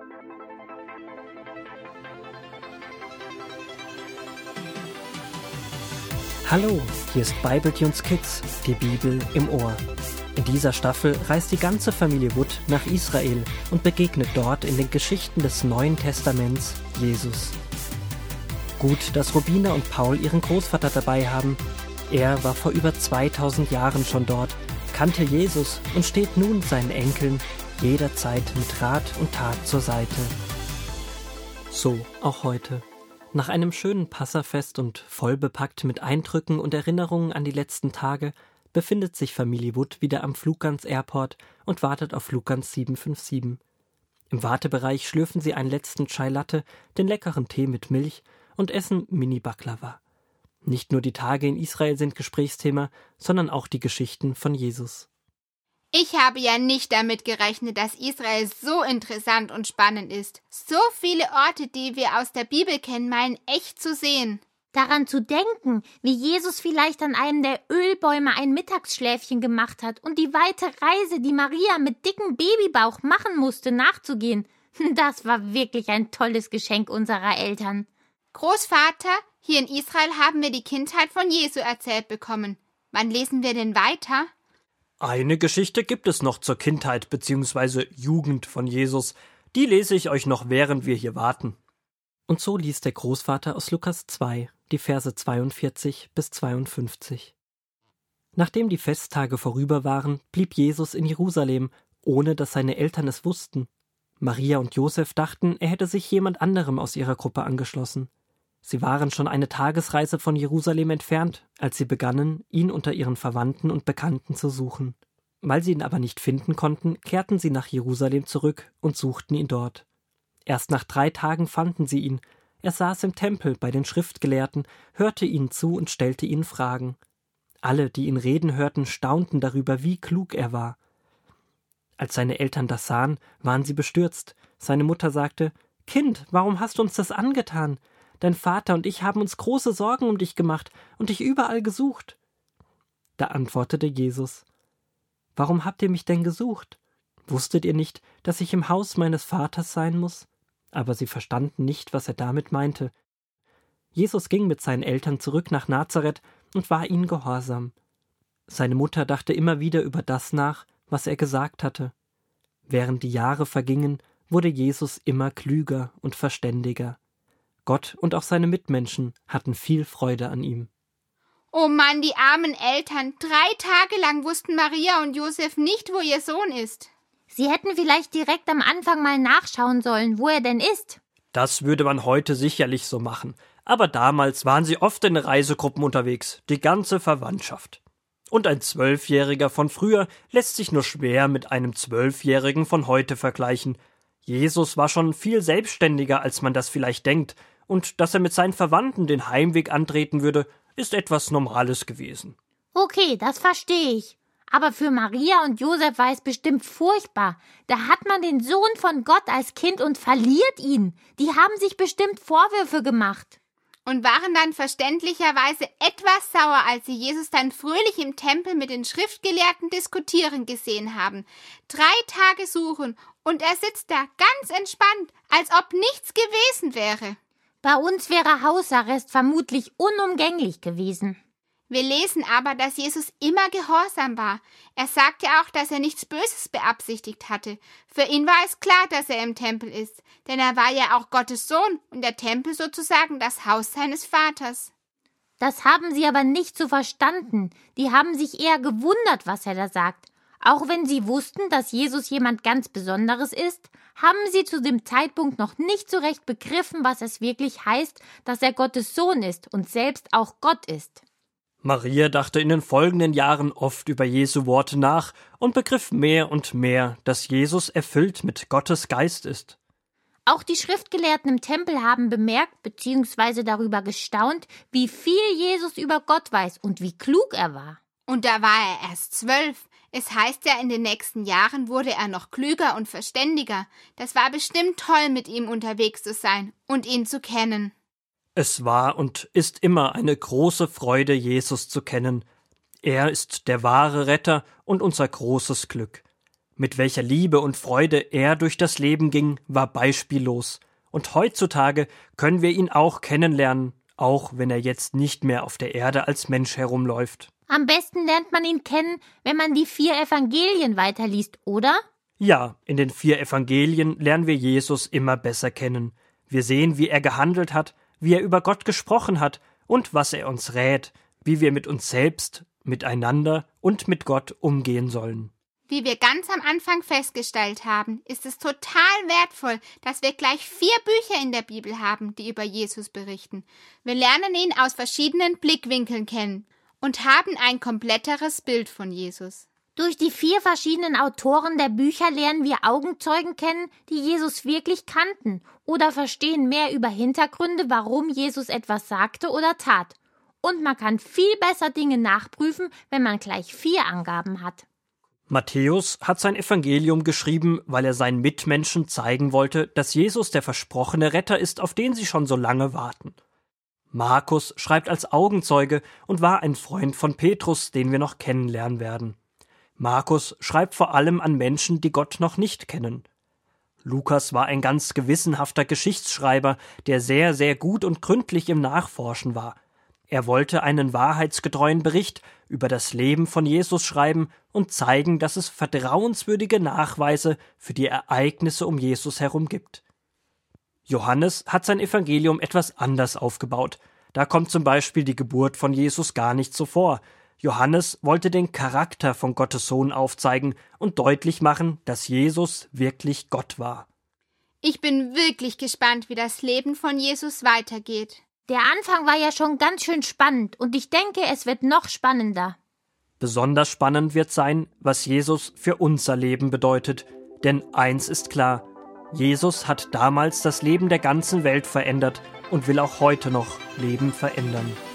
Hallo, hier ist Bibletunes Kids, die Bibel im Ohr. In dieser Staffel reist die ganze Familie Wood nach Israel und begegnet dort in den Geschichten des Neuen Testaments Jesus. Gut, dass Rubina und Paul ihren Großvater dabei haben. Er war vor über 2000 Jahren schon dort, kannte Jesus und steht nun seinen Enkeln jederzeit mit Rat und Tat zur Seite. So auch heute. Nach einem schönen Passafest und vollbepackt mit Eindrücken und Erinnerungen an die letzten Tage befindet sich Familie Wood wieder am Flugans Airport und wartet auf Flugans 757. Im Wartebereich schlürfen sie einen letzten Chai Latte, den leckeren Tee mit Milch und essen Mini-Baklava. Nicht nur die Tage in Israel sind Gesprächsthema, sondern auch die Geschichten von Jesus. Ich habe ja nicht damit gerechnet, dass Israel so interessant und spannend ist. So viele Orte, die wir aus der Bibel kennen, meinen echt zu sehen. Daran zu denken, wie Jesus vielleicht an einem der Ölbäume ein Mittagsschläfchen gemacht hat und die weite Reise, die Maria mit dickem Babybauch machen musste, nachzugehen, das war wirklich ein tolles Geschenk unserer Eltern. Großvater, hier in Israel haben wir die Kindheit von Jesu erzählt bekommen. Wann lesen wir denn weiter? Eine Geschichte gibt es noch zur Kindheit bzw. Jugend von Jesus. Die lese ich euch noch, während wir hier warten. Und so liest der Großvater aus Lukas 2, die Verse 42 bis 52. Nachdem die Festtage vorüber waren, blieb Jesus in Jerusalem, ohne dass seine Eltern es wussten. Maria und Josef dachten, er hätte sich jemand anderem aus ihrer Gruppe angeschlossen. Sie waren schon eine Tagesreise von Jerusalem entfernt, als sie begannen, ihn unter ihren Verwandten und Bekannten zu suchen. Weil sie ihn aber nicht finden konnten, kehrten sie nach Jerusalem zurück und suchten ihn dort. Erst nach 3 Tagen fanden sie ihn. Er saß im Tempel bei den Schriftgelehrten, hörte ihnen zu und stellte ihnen Fragen. Alle, die ihn reden hörten, staunten darüber, wie klug er war. Als seine Eltern das sahen, waren sie bestürzt. Seine Mutter sagte: »Kind, warum hast du uns das angetan? Dein Vater und ich haben uns große Sorgen um dich gemacht und dich überall gesucht.« Da antwortete Jesus: »Warum habt ihr mich denn gesucht? Wusstet ihr nicht, dass ich im Haus meines Vaters sein muss?« Aber sie verstanden nicht, was er damit meinte. Jesus ging mit seinen Eltern zurück nach Nazareth und war ihnen gehorsam. Seine Mutter dachte immer wieder über das nach, was er gesagt hatte. Während die Jahre vergingen, wurde Jesus immer klüger und verständiger. Gott und auch seine Mitmenschen hatten viel Freude an ihm. Oh Mann, die armen Eltern. 3 Tage lang wussten Maria und Josef nicht, wo ihr Sohn ist. Sie hätten vielleicht direkt am Anfang mal nachschauen sollen, wo er denn ist. Das würde man heute sicherlich so machen. Aber damals waren sie oft in Reisegruppen unterwegs, die ganze Verwandtschaft. Und ein 12-Jähriger von früher lässt sich nur schwer mit einem 12-Jährigen von heute vergleichen. Jesus war schon viel selbstständiger, als man das vielleicht denkt, und dass er mit seinen Verwandten den Heimweg antreten würde, ist etwas Normales gewesen. Okay, das verstehe ich. Aber für Maria und Josef war es bestimmt furchtbar. Da hat man den Sohn von Gott als Kind und verliert ihn. Die haben sich bestimmt Vorwürfe gemacht. Und waren dann verständlicherweise etwas sauer, als sie Jesus dann fröhlich im Tempel mit den Schriftgelehrten diskutieren gesehen haben. 3 Tage suchen und er sitzt da ganz entspannt, als ob nichts gewesen wäre. Bei uns wäre Hausarrest vermutlich unumgänglich gewesen. Wir lesen aber, dass Jesus immer gehorsam war. Er sagte auch, dass er nichts Böses beabsichtigt hatte. Für ihn war es klar, dass er im Tempel ist, denn er war ja auch Gottes Sohn und der Tempel sozusagen das Haus seines Vaters. Das haben sie aber nicht so verstanden. Die haben sich eher gewundert, was er da sagt. Auch wenn sie wussten, dass Jesus jemand ganz Besonderes ist, haben sie zu dem Zeitpunkt noch nicht so recht begriffen, was es wirklich heißt, dass er Gottes Sohn ist und selbst auch Gott ist. Maria dachte in den folgenden Jahren oft über Jesu Worte nach und begriff mehr und mehr, dass Jesus erfüllt mit Gottes Geist ist. Auch die Schriftgelehrten im Tempel haben bemerkt bzw. darüber gestaunt, wie viel Jesus über Gott weiß und wie klug er war. Und da war er erst 12. Es heißt ja, in den nächsten Jahren wurde er noch klüger und verständiger. Das war bestimmt toll, mit ihm unterwegs zu sein und ihn zu kennen. Es war und ist immer eine große Freude, Jesus zu kennen. Er ist der wahre Retter und unser großes Glück. Mit welcher Liebe und Freude er durch das Leben ging, war beispiellos. Und heutzutage können wir ihn auch kennenlernen, auch wenn er jetzt nicht mehr auf der Erde als Mensch herumläuft. Am besten lernt man ihn kennen, wenn man die 4 Evangelien weiterliest, oder? Ja, in den 4 Evangelien lernen wir Jesus immer besser kennen. Wir sehen, wie er gehandelt hat, wie er über Gott gesprochen hat und was er uns rät, wie wir mit uns selbst, miteinander und mit Gott umgehen sollen. Wie wir ganz am Anfang festgestellt haben, ist es total wertvoll, dass wir gleich 4 Bücher in der Bibel haben, die über Jesus berichten. Wir lernen ihn aus verschiedenen Blickwinkeln kennen und haben ein kompletteres Bild von Jesus. Durch die 4 verschiedenen Autoren der Bücher lernen wir Augenzeugen kennen, die Jesus wirklich kannten oder verstehen mehr über Hintergründe, warum Jesus etwas sagte oder tat. Und man kann viel besser Dinge nachprüfen, wenn man gleich 4 Angaben hat. Matthäus hat sein Evangelium geschrieben, weil er seinen Mitmenschen zeigen wollte, dass Jesus der versprochene Retter ist, auf den sie schon so lange warten. Markus schreibt als Augenzeuge und war ein Freund von Petrus, den wir noch kennenlernen werden. Markus schreibt vor allem an Menschen, die Gott noch nicht kennen. Lukas war ein ganz gewissenhafter Geschichtsschreiber, der sehr, sehr gut und gründlich im Nachforschen war. Er wollte einen wahrheitsgetreuen Bericht über das Leben von Jesus schreiben und zeigen, dass es vertrauenswürdige Nachweise für die Ereignisse um Jesus herum gibt. Johannes hat sein Evangelium etwas anders aufgebaut. Da kommt zum Beispiel die Geburt von Jesus gar nicht so vor. Johannes wollte den Charakter von Gottes Sohn aufzeigen und deutlich machen, dass Jesus wirklich Gott war. Ich bin wirklich gespannt, wie das Leben von Jesus weitergeht. Der Anfang war ja schon ganz schön spannend und ich denke, es wird noch spannender. Besonders spannend wird sein, was Jesus für unser Leben bedeutet. Denn eins ist klar, Jesus hat damals das Leben der ganzen Welt verändert und will auch heute noch Leben verändern.